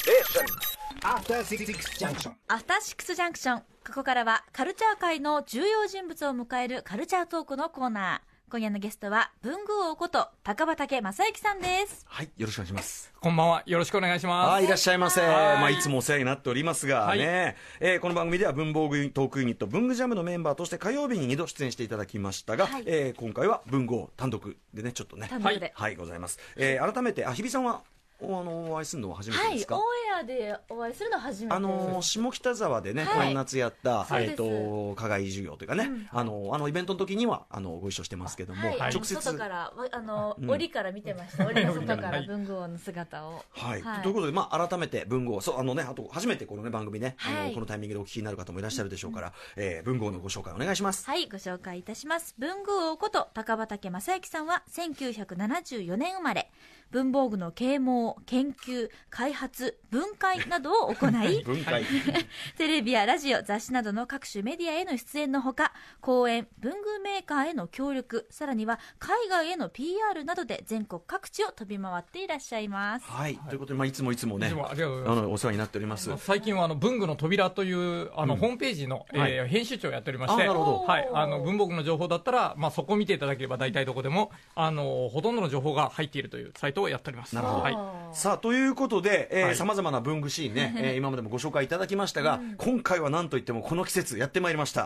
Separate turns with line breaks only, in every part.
アフターシックスジャンクション。
アフターシックスジャンクション。ここからはカルチャー界の重要人物を迎えるカルチャートークのコーナー。今夜のゲストは文具王こと高畑正幸さんです。
はい、よろしくお願いします。
こんばんは、よろしくお願いします。
いらっしゃいませ。いつもお世話になっておりますがね、この番組では文房具トークユニット文具ジャムのメンバーとして火曜日に2度出演していただきましたが、今回は文具王単独でね、ちょっとね、はいございます。改めて日比さんはお会いするのは初めてですか？
はい、オンエアでお会いするのは初めてです。
下北沢でね、この夏やった課外授業というかね、イベントの時にはご一緒してますけども、
直接外から檻から見てました。檻の外から文具王の姿を。
ということで、改めて文具王、あと初めてこのね番組ね、このタイミングでお聞きになる方もいらっしゃるでしょうから、文具王のご紹介お願いします。
はい、ご紹介いたします。文具王こと高畑正幸さんは1974年生まれ。文房具の啓蒙、研究、開発、分解などを行いテレビやラジオ、雑誌などの各種メディアへの出演のほか、講演、文具メーカーへの協力、さらには海外への PR などで全国各地を飛び回っていらっしゃいます。
はい、ということで、いつもねお世話になっております。
最近は文具の扉というホームページの編集長をやっておりまして、文房具の情報だったら、そこを見ていただければ大体どこでもほとんどの情報が入っているというサイトをやっております。
なるほど。さあということで、さまざまな文具シーンね、今までもご紹介いただきましたが、今回は何といってもこの季節やってまいりました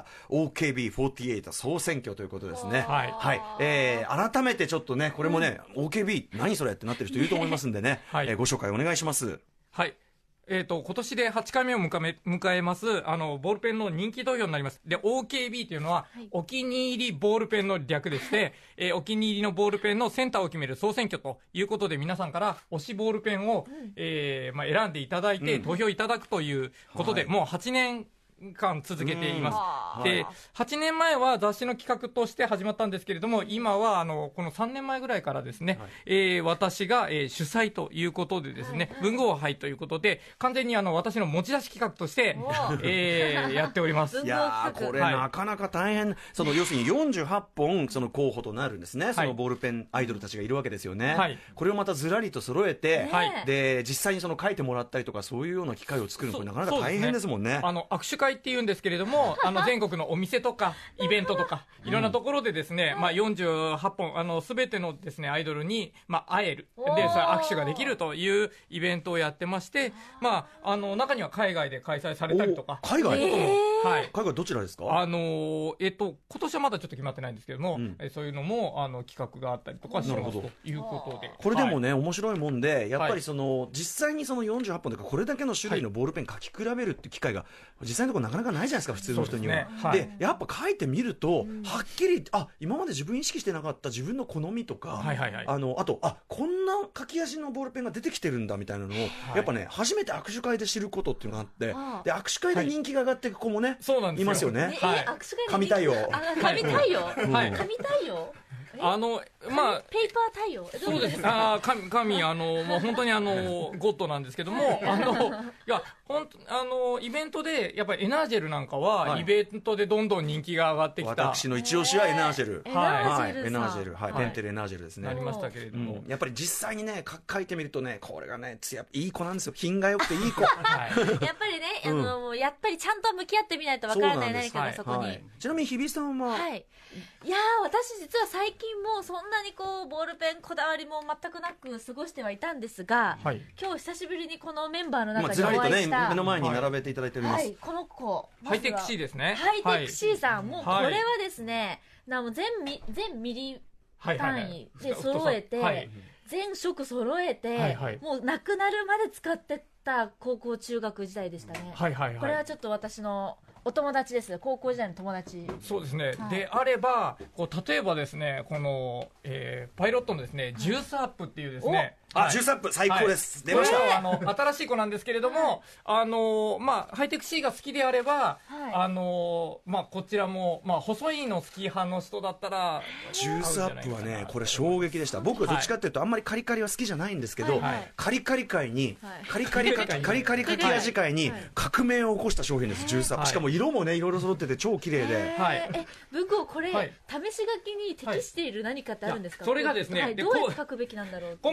OKB48 総選挙ということですね。改めてちょっとね、これもね、OKB 何それってなってる人いると思いますんでね、ご紹介お願いします。
はい、今年で8回目を迎えますボールペンの人気投票になります。で OKB というのは、お気に入りボールペンの略でして、お気に入りのボールペンのセンターを決める総選挙ということで、皆さんから推しボールペンを、選んでいただいて、投票いただくということで、もう8年間続けています。で8年前は雑誌の企画として始まったんですけれども、今はこの3年前ぐらいからですね、私が、主催ということでですね、文具王杯ということで完全に私の持ち出し企画として、やっております。
いやこれ、なかなか大変。要するに48本候補となるんですね、そのボールペンアイドルたちがいるわけですよね。これをまたずらりと揃えて、で実際に書いてもらったりとか、そういうような機会を作るの、これなかなか大変ですもんね。
握手会っていうんですけれども、全国のお店とかイベントとかいろんなところでですね、48本全てのですねアイドルに会えるで、握手ができるというイベントをやってまして、中には海外で開催されたりとか。
海外
海
外どちらですか？
今年はまだちょっと決まってないんですけども、そういうのも企画があったりとかしますということで、
これでもね、面白いもんで、やっぱり実際に48本とかこれだけの種類のボールペン書き比べるって機会が実際のところなかなかないじゃないですか、普通の人には。でやっぱ書いてみると、はっきり今まで自分意識してなかった自分の好みとか、あとこんな書き味のボールペンが出てきてるんだみたいなのを、やっぱね初めて握手会で知ることっていうのがあって、で握手会で人気が上がっていく子もね、いますよね。紙対応。
紙対応。紙対応。ペーパー対応。
そうです。紙もう本当にゴッドなんですけども、いやイベントでやっぱりエナージェルなんかは、イベントでどんどん人気が上がってきた。
私の一押しはエナージェル。
エナージェル、
ペンテルエナージェルですね。
なりましたけれども、
やっぱり実際にね書いてみるとね、これがねいい子なんですよ。品が良くていい子。
やっぱりね、やっぱりちゃんと向き合ってみないとわからない何かがそこに。
ちなみに日比さんは、
いや私実は最近もそんなにボールペンこだわりも全くなく過ごしてはいたんですが、今日久しぶりにこのメンバーの中にお会いした、
目の前に並べていただいております。
この子、
ハイテク C ですね。
ハイテク C さん、もうこれはですね、もう全ミリ単位で揃えて、全色揃えて、もうなくなるまで使ってた高校中学時代でしたね。これはちょっと私のお友達です。高校時代の友達。
そうですね。であれば例えばですね、この、パイロットのですねジュースアップっていうですね、
ジュースアップ最高です。出ました。
新しい子なんですけれども、ハイテク C が好きであれば、こちらも細いの好き派の人だったら、
ジュースアップはね、これ衝撃でした。僕はどっちかっていうとあんまりカリカリは好きじゃないんですけど、カリカリ界にカリカリ書き味界に革命を起こした商品です。ジュースアップ。しかも色もねいろいろ揃ってて超綺麗で。
文具これ試し書きに適している何かってあるんですか？
それがですね、
どうやって書くべきなんだろう。
今回ですね、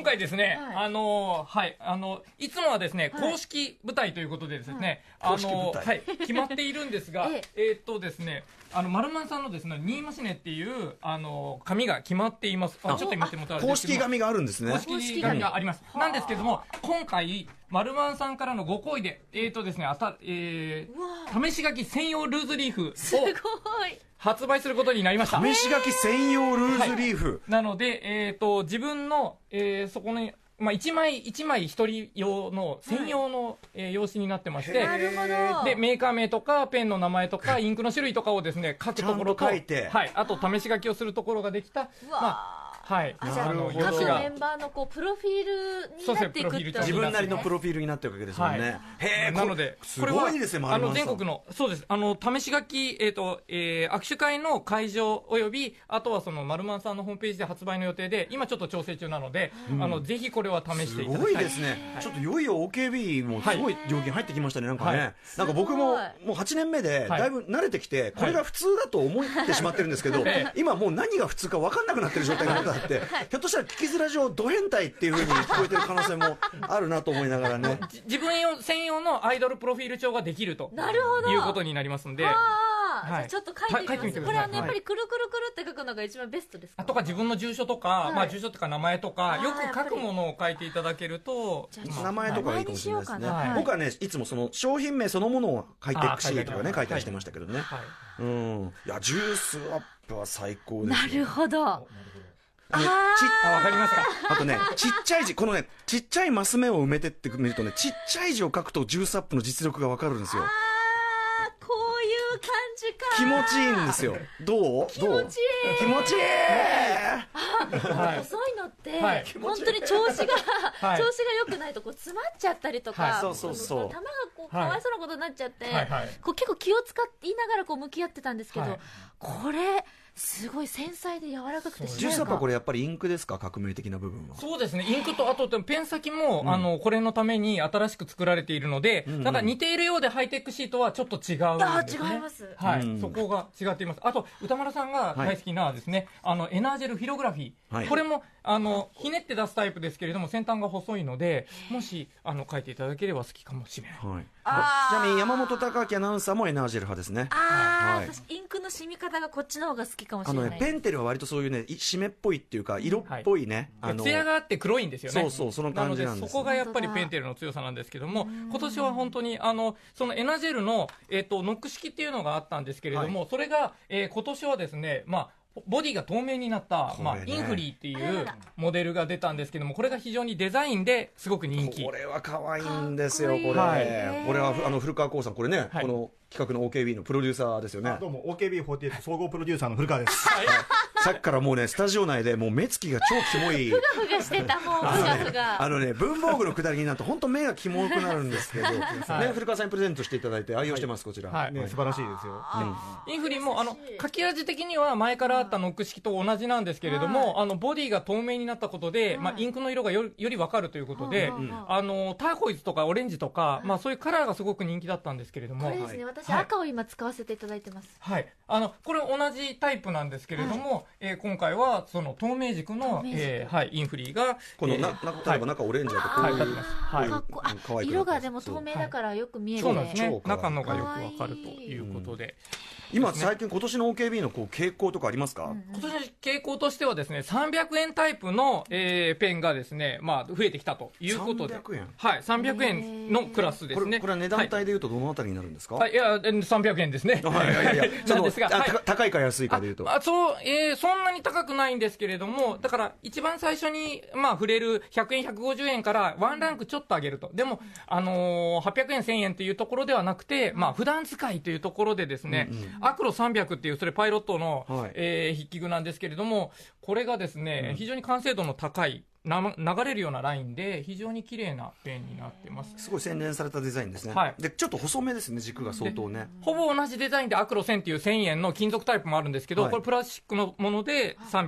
ね、いつもはですね、公式舞台ということでですね、決まっているんですが、ですね、マルマンさんのですね、ニーマシネっていう、紙が決まっています。ちょっと今手元あるんですけど。
公式紙があるんですね。
公式紙があります。なんですけども、今回、マルマンさんからのご好意で、ですね、試し書き専用ルーズリーフを発売することになりました。
試し書き専用ルーズリーフ。
なので、自分の、そこに、一枚一枚一人用の専用の、用紙になってまして、
なるほど。
で、メーカー名とか、ペンの名前とか、インクの種類とかをですね、書くところと、
書いて、
あと試し書きをするところができた、
じゃあ各メンバーのこうプロフィールになっていくって
自分なりのプロフィールになってるわけですもんね。
なので、
これはいいですね、
全国の、そうです、試し書き、握手会の会場および、あとはその、マルマンさんのホームページで発売の予定で、今ちょっと調整中なので、ぜひこれは試していただきたい。
すごいですね。ちょっといよいよ OKB もすごい条件入ってきましたね、なんかね。なんか僕も、もう8年目で、だいぶ慣れてきて、これが普通だと思ってしまってるんですけど、今もう何が普通か分かんなくなってる状態があって、ひょっとしたら聞きづら上ド変態っていう風に聞こえてる可能性もあるなと思いながらね。
自分専用のアイドルプロフィール帳ができるということになりますので、
じゃあちょっと書いてみます。これやっぱりくるくるくるって書くのが一番ベストですか？
とか自分の住所とか、住所とか名前とか、よく書くものを書いていただけると、
名前とかいいかもしれないですね。僕はね、いつもその商品名そのものを書いていくシートがね、書いたりしてましたけどね。いや、ジュースアップは最高です。
なるほど。
わかりますか？
あとね、ちっちゃい字、このね、ちっちゃいマス目を埋めてってみるとね、ちっちゃい字を書くとジュースアップの実力がわかるんですよ。
こういう感じか。
気持ちいいんですよ。どう？
気持ちいい。
気持ちいい。
細いのって、本当に調子が良くないとこう詰まっちゃったりとか、
そうそうそう。
球がこうかわいそうなことになっちゃって、こう結構気を使っていながらこう向き合ってたんですけど、これすごい繊細で柔らかくて
ジュースアップはこれやっぱりインクですか、革命的な部分は。
そうですね、インクとあとペン先も、これのために新しく作られているので、なんか似ているようでハイテックシートはちょっと違うんですね。
違います。
そこが違っています。あと歌丸さんが大好きなですね、エナージェルフィログラフィー、これもひねって出すタイプですけれども先端が細いので、もし書いていただければ好きかもしれない。
ちなみに山本貴明アナウンサーもエナージェル派ですね。
私インクの染み方がこっちの方が好きかもしれない。
ペンテルは割とそういうね、締めっぽいっていうか色っぽいね、
艶があって黒いんですよね。
そうその感じなんです。
そこがやっぱりペンテルの強さなんですけども、今年は本当にそのエナジェルのノック式っていうのがあったんですけれども、それが今年はですね、ボディが透明になった、インフリーっていうモデルが出たんですけども、これが非常にデザインですごく人気。
これは可愛いんですよ。これは古川光さん、これね、この企画の OKB のプロデューサーですよね。
どうも OKB48 総合プロデューサーの古川です。
さっきからもうね、スタジオ内でもう目つきが超キモい。
ふがふがしてた、もうふがふが。
文房具のくだりになると本当目がキモくなるんですけど、古川さんにプレゼントしていただいて愛用してます、こちら。
素晴らしいですよ。
インフリも書き味的には前からあったノック式と同じなんですけれども、ボディが透明になったことで、インクの色がより分かるということで、ターコイズとかオレンジとか、そういうカラーがすごく人気だったんですけれども、
これですね、私赤を今使わせていただいてます。
これ同じタイプなんですけれども、今回はその透明軸のインフリーが
この例えば中オレンジだとこういう
色がでも透明だからよく見える。
そうなんですね、中のがよく分かるということで。
今最近今年の OKB の傾向とかありますか？
今年の傾向としてはですね、300円タイプのペンがですね、増えてきたということで、300円のクラスですね。
これは値段帯でいうとどのあたりになるんですか？
いや、300円ですね。
なんですが、高いか安いかでいうと、
そんなに高くないんですけれども、だから一番最初に触れる100円150円からワンランクちょっと上げると。でも800円1000円というところではなくて、普段使いというところでですね、アクロ300っていうそれパイロットの筆記具なんですけれども、これがですね、非常に完成度の高い流れるようなラインで非常に綺麗なペンになってます。
すごい洗練されたデザインですね。でちょっと細めですね、軸が相当ね。
ほぼ同じデザインでアクロ1000っていう1000円の金属タイプもあるんですけど、これプラスチックのもので300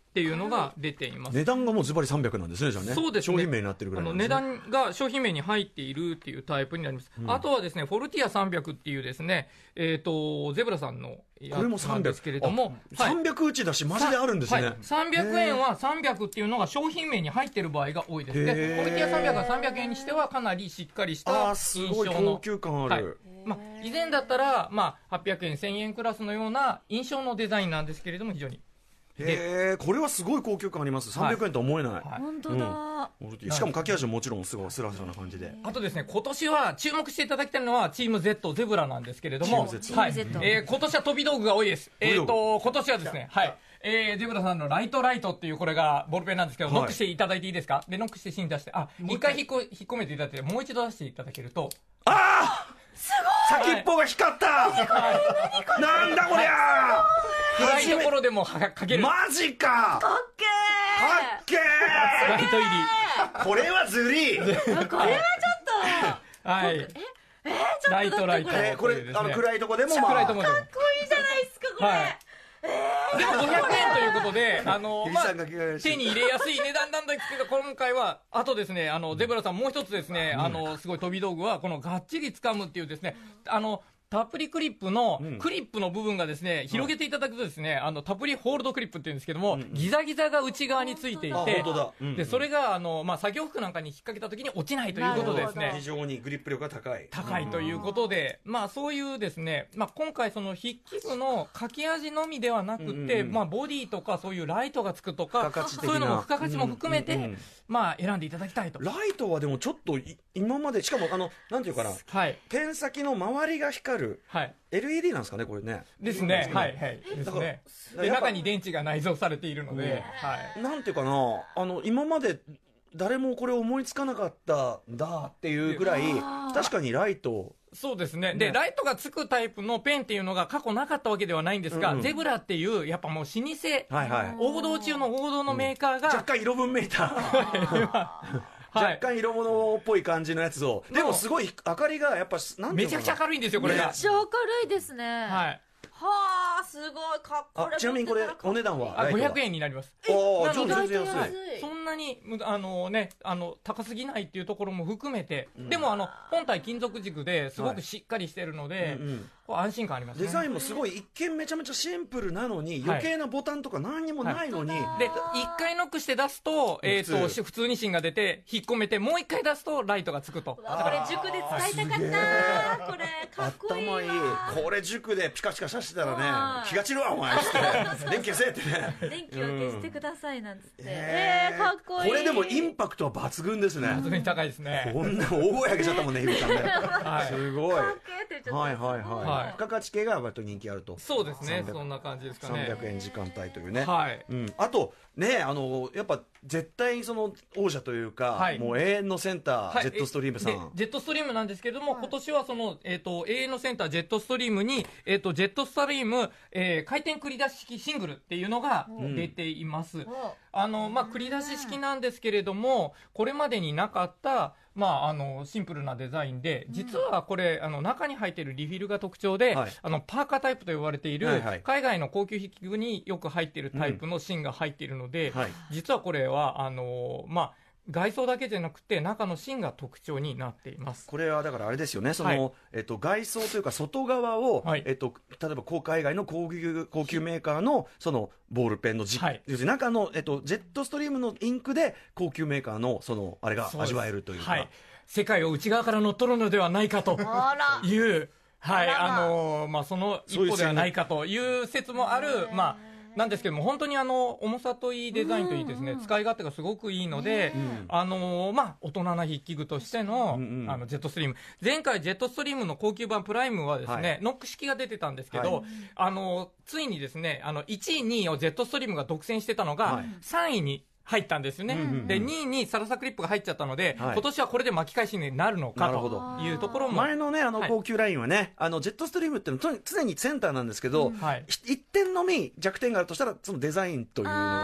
っていうのが出ています。
値段がもうズバリ300なんですね、じゃあね。
そうですね。
商品名になってるぐらいなんですね。
値段が商品名に入っているっていうタイプになります。あとはですね、フォルティア300っていうですね、ゼブラさんのやつなんですけれども、
300打ちだし、マジであるんですね。
300円は300っていうのが商品名に入ってる場合が多いです。で、フォルティア300は300円にしてはかなりしっかりした印象の。すごい
高級感ある。
以前だったら、800円、1000円クラスのような印象のデザインなんですけれども、非常に。
これはすごい高級感あります。300円とは思えない。
本当だ。
しかも書き味ももちろんすごいスラスラな感じで。
あとですね、今年は注目していただきたいのはチーム Z ゼブラなんですけれども、今年は飛び道具が多いです。今年はですね、ゼブラさんのライトっていうこれがボールペンなんですけど、ノックしていただいていいですか？で、ノックして芯出して、一回引っ込めていただいて、もう一度出していただけると。
すごい！
先っぽが光った！なんだこりゃ！
暗いところでも書ける。
マジか！
かっけー！
かっけー！
ライト入り。
これはずりー！
これはちょっと。
はい。ライト。
これ、暗いとこでも
暗いとこでも。
かっこいいじゃないですか、これ。
でも500円ということで、手に入れやすい値段なんですけど、今回は、あとですね、ゼブラさんもう一つですね、すごい飛び道具は、このがっちり掴むっていうですね、たっぷりクリップの、クリップの部分がですね、広げていただくとですね、たっぷりホールドクリップっていうんですけども、ギザギザが内側についていて、で、それが、作業服なんかに引っ掛けた時に落ちないということでですね。
非常にグリップ力が高い。
高いということで、そういうですね、今回その筆記具の書き味のみではなくて、ボディとかそういうライトがつくとか、そういうのも付加価値も含めて、選んでいただきたいと。
ライトはでもちょっと今まで、しかもなんていうかな、ペン先の周りが光る。LED なんですかね、これね。
ですね。ですね。で、中に電池が内蔵されているので、
なんていうかな、今まで誰もこれ思いつかなかったんだっていうぐらい、確かにライト。
そうですね。で、ライトがつくタイプのペンっていうのが過去なかったわけではないんですが、ゼブラっていう、やっぱもう老舗、王道中の王道のメーカーが、
若干色分メーター。若干色物っぽい感じのやつを、でもすごい明かりがやっぱなん
めちゃくちゃ明るいんですよ、これが。
めっちゃ明るいですね。はあ、すごいかっこいい。
ちなみにこれお値段は
500円になります。
全然安い。
そんなに高すぎないっていうところも含めて、でも本体金属軸ですごくしっかりしてるので、安心感ありますね。
デザインもすごい一見めちゃめちゃシンプルなのに、余計なボタンとか何にもないのに、
で一回ノックして出すと普通に芯が出て引っ込めて、もう一回出すとライトがつくと。
これ塾で使いたかった。これかっこいいわ。
頭いい。これ塾でピカピカさしてたらね、気が散るわお前って電気消せってね。
電気を消してくださいなんつって。かっこいい。
これでもインパクトは抜群ですね。
抜群に高いですね。
こんな大声上げちゃったもんね、ひろちゃんね。すごい。
はい
付加価値系が割と人気あると。
そうですね、そんな感じですかね。
300円時間帯というね。
あ
とね、やっぱ絶対その王者というか、もう永遠のセンター、ジェットストリームさん。
ジェットストリームなんですけれども、今年はその永遠のセンタージェットストリームにジェットストリーム回転繰り出し式シングルっていうのが出ています。繰り出し式なんですけれども、これまでになかったシンプルなデザインで、実はこれ中に入っているリフィルが特徴で、パーカータイプと呼ばれている海外の高級筆記具によく入っているタイプの芯が入っているので、実はこれは外装だけじゃなくて中の芯が特徴になっています。
これはだからあれですよね、その外装というか外側を例えば海外の高級メーカーのそのボールペンの中のジェットストリームのインクで高級メーカーのそのあれが味わえるというか、
世界を内側から乗っ取るのではないかというその一歩ではないかという説もあるなんですけども、本当に重さといいデザインといいですね、使い勝手がすごくいいので、大人な筆記具としてのジェットストリーム、前回ジェットストリームの高級版プライムはですね、ノック式が出てたんですけど、ついにですね1位2位をジェットストリームが独占してたのが3位に入ったんですよね。で2位にサラサクリップが入っちゃったので、今年はこれで巻き返しになるのかというところも、
前のね高級ラインはね、ジェットストリームっていうのは常にセンターなんですけど、一点のみ弱点があるとしたらそのデザインというのがあっ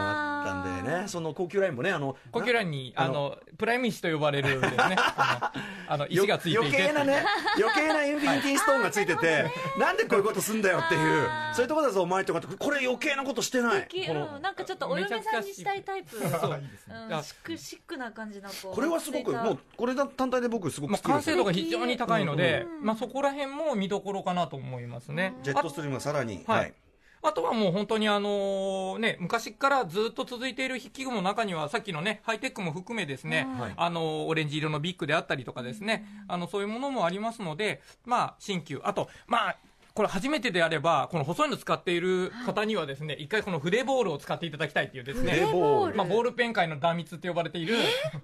ったんでね、その高級ラインもね、
高級ラインにプライム石と呼ばれるですね石がついていて、
余計なインフィニティストーンがついててなんでこういうことすんだよっていう、そういうところだぞお前とかって、これ余計なことしてない。
なんかちょっとお嫁さんにしたいタイプ、シックな感じの
これはすごく、もうこれ単体で僕すごく好きです。
完成度が非常に高いので、そこら辺も見どころかなと思いますね。
ジェットストリームがさらに、
あとはもう本当に昔からずっと続いている筆記具の中には、さっきのねハイテックも含めですね、オレンジ色のビッグであったりとかですね、そういうものもありますので、新旧、あとこれ初めてであればこの細いの使っている方にはですね、一回この筆ボールを使っていただきたいっていうですね、ボールペン界の断蜜って呼ばれている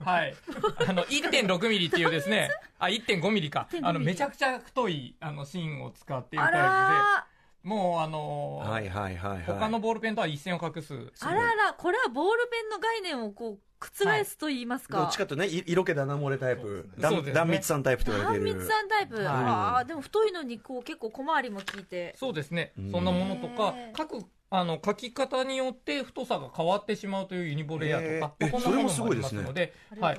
1.6 ミリっていうですね1.5 ミリか、めちゃくちゃ太い芯を使っているタイプで、もう他のボールペンとは一線を画す。
あらら、これはボールペンの概念をこう覆すと言いますか、
どっちかとね、色気だな漏れタイプ、断蜜さんタイプと言われている。
断蜜さんタイプ、でも太いのにこう結構小回りも効いて、
そうですね、そんなものとか、書き方によって太さが変わってしまうというユニボレアとか、こんなものもありますので、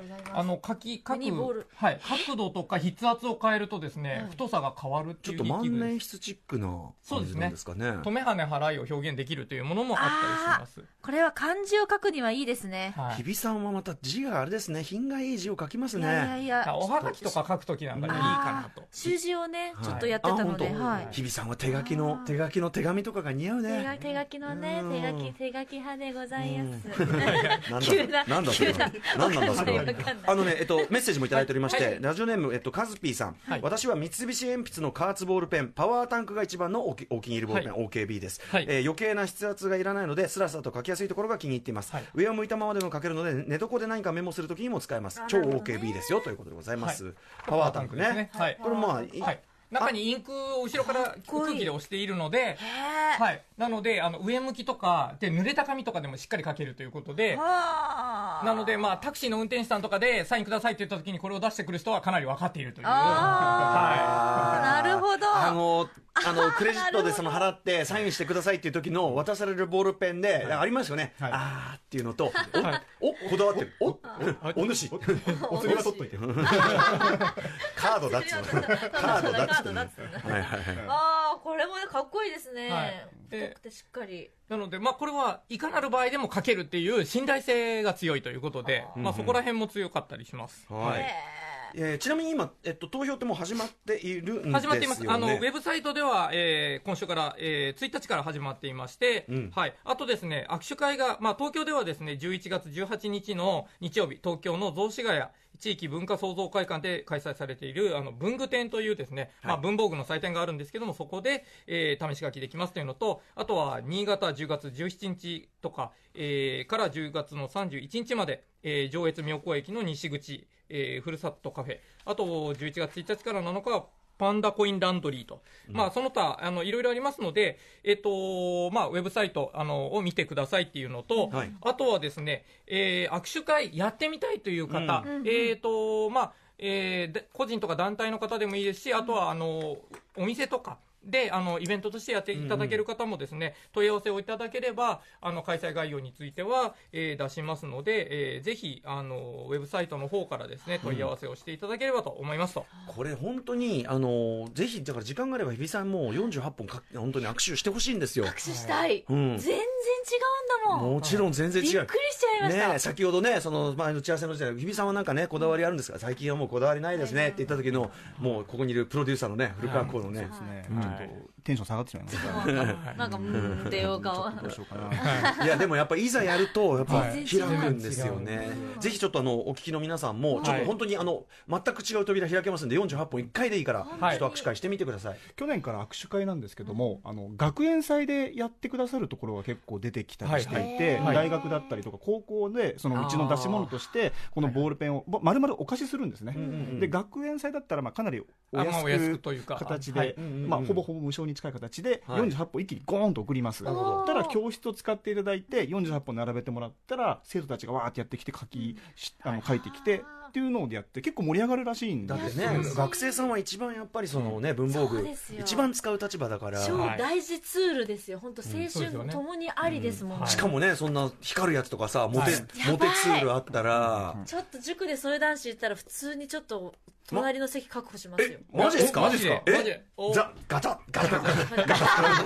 角度とか筆圧を変えるとですね、太さが変わるっていう、
ちょっと万年筆チックな感じなんですかね。
留め跳ね払いを表現できるというものもあったりします。
これは漢字を書くにはいいですね。
日比さんはまた字があれですね、品がいい字を書きますね。
おはがきとか書くときなんかにいいかなと。
習字をねちょっとやってたので、
日比さんは手書きの手紙とかが似合うね。
手書きのね、手書き派でございます。
なんだそれは。何なんだそれは。メッセージもいただいておりまして、ラジオネームカズピーさん、私は三菱鉛筆の加圧ボールペンパワータンクが一番のお気に入りボールペン OKB です。余計な筆圧がいらないのでスラスラと書きやすいところが気に入っています。上を向いたままでも書けるので寝床で何かメモするときにも使えます。超 OKB ですよということでございます。パワータンクね。これ
中にインクを後ろから空気で押しているので、なので上向きとかで濡れた紙とかでもしっかり書けるということで、なのでタクシーの運転手さんとかでサインくださいって言った時にこれを出してくる人はかなり分かっているという。
なるほど。
クレジットで払ってサインしてくださいっていう時の渡されるボールペンでありますよね。あーっていうのと、こだわってる、お主
お釣りは取っといて
カードだっつうの、カードだっつうの。
これもかっこいいですね。太くてしっかり。
なのでこれはいかなる場合でも書けるっていう信頼性が強いということで、そこら辺も強かったりします。
ちなみに今、投票ってもう始まっているんですよね。
始まっています。ウェブサイトでは、今週から、1日から始まっていまして、あとですね、握手会が、東京ではですね、11月18日の日曜日、東京の雑司ヶ谷地域文化創造会館で開催されている文具展というですね、文房具の祭典があるんですけども、そこで、試し書きできますというのと、あとは新潟10月17日とか、から10月の31日まで、上越妙高駅の西口、ふるさとカフェ、あと11月1日から7日はパンダコインランドリーと、その他いろいろありますので、ウェブサイトを見てくださいっていうのと、あとはですね、握手会やってみたいという方、個人とか団体の方でもいいですし、あとはお店とかでイベントとしてやっていただける方もですね、問い合わせをいただければ開催概要については、出しますので、ぜひウェブサイトの方からですね問い合わせをしていただければと思いますと。
これ本当にぜひだから時間があれば日比さんも48本本当に握手してほしいんですよ。
握手したい、全然違うんだもん。
もちろん全然違う。
びっくりしちゃいました。
先ほどね打ち合わせの時代日比さんはなんかねこだわりあるんですか、最近はもうこだわりないですねって言った時の、もうここにいるプロデューサーのね古川光のね、
テンション下がってしまいました。
なんかっていうか
どうしようかな。
いやでもやっぱいざやるとやっぱ開くんですよね。ぜひちょっとお聞きの皆さんもちょっと本当に全く違う扉開けますんで48本1回でいいからちょっと握手会してみてください。
去年から握手会なんですけども、学園祭でやってくださるところが結構出てきたりしていて、大学だったりとか高校でうちの出し物としてこのボールペンを丸々お貸しするんですね。で学園祭だったらかなりお安く形でほぼほぼ無償に近い形で48本一気にゴーンと送ります。ただ教室を使っていただいて48本並べてもらったら生徒たちがわーってやってきて書いてきてっていうのをやって結構盛り上がるらしいんで
だってね、学生さんは一番やっぱりそのね、文房具一番使う立場だから、
超大事ツールですよ。本当青春ともにありですもんね。
しかもね、そんな光るやつとかさ、モテツールあったら、
ちょっと塾でそれ男子行ったら普通にちょっと隣の席確保しますよ。
マジですか？
マジで
ガチャガチャガチ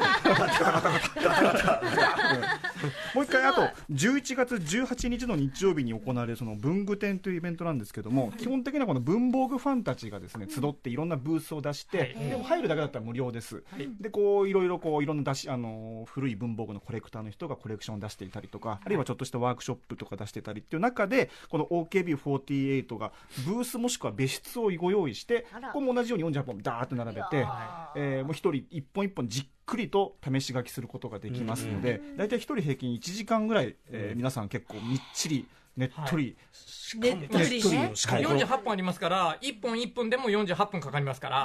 ャ
もう一回、あと11月18日の日曜日に行われるその文具展というイベントなんですけども、基本的にはこの文房具ファンたちがですね集っていろんなブースを出して、でも入るだけだったら無料です。でこういろいろこういろんな古い文房具のコレクターの人がコレクションを出していたりとか、あるいはちょっとしたワークショップとか出してたりっていう中で、この OKB48 がブースもしくは別室をご用意して、ここも同じように48本ダーッと並べて、もう一人一本一本じっくりと試し書きすることができますので、だいたい一人平均1時間ぐらい、皆さん結構みっちりねっとり、
しかも48本ありますから、1本1分でも48分かかりますから、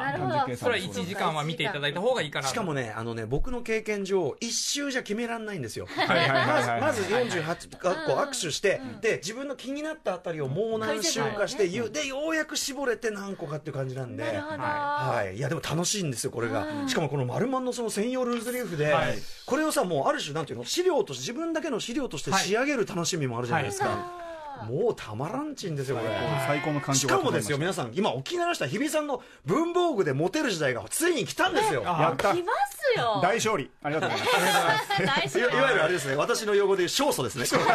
それは1時間は見ていただいた方がいいかな。
しかもね、僕の経験上1周じゃ決めらんないんですよ。まず48個握手して、で自分の気になったあたりをもう何周かして、でようやく絞れて何個かっていう感じなんで、いやでも楽しいんですよこれが。しかもこの丸マンのその専用ルーズリーフで、これをさ、もうある種なんていうの、資料として、自分だけの資料として仕上げる楽しみもあるじゃないですか。もうたまらんちんですよこれ。
最高の環境
しかもですよ、皆さん今お聞きになりました、日比さんの文房具でモテる時代がついに来たんですよ。
やった、
来ますよ。
大勝利、ありがとうございます。
いわゆるあれですね、私の用語で言う勝訴ですね。そう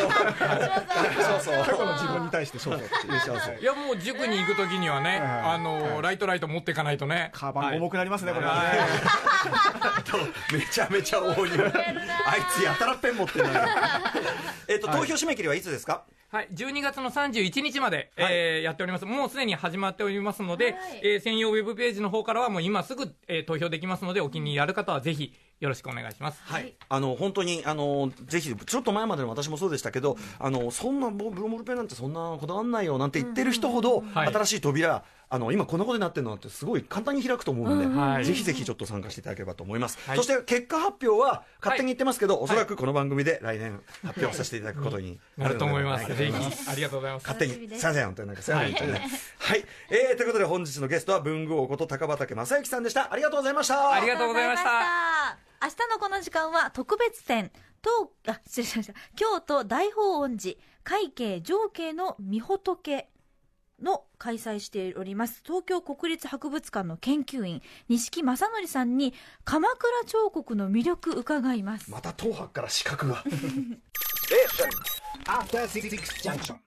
過去の自分に対して勝訴っていう勝訴。
いやもう塾に行く時にはね、ライト持っていかないとね。
カバン重くなりますねこれは。
めちゃめちゃ大にあいつやたらペン持ってない。投票締め切りはいつですか？
はい、12月の31日まで、やっております。もうすでに始まっておりますので、専用ウェブページの方からはもう今すぐ、投票できますので、お気に入りある方はぜひよろしくお願いします。
はい、本当にぜひ、ちょっと前までの私もそうでしたけど、そんなブロモルペンなんてそんなこだわんないよなんて言ってる人ほど、新しい扉、今こんなことになってるのってすごい簡単に開くと思うので、ぜひぜひちょっと参加していただければと思います。そして結果発表は勝手に言ってますけど、おそらくこの番組で来年発表させていただくことに
なると思います。ぜひありがとうございます。
勝手にすいません、本当になんかすいません。はい、ということで本日のゲストは文具王こと高畠正幸さんでした。ありがとうございました。
ありがとうございました。
明日のこの時間は特別展、失礼しました。京都大宝恩寺快慶情景の御仏の開催しております東京国立博物館の研究員錦正則さんに鎌倉彫刻の魅力伺います。
また東博から資格が。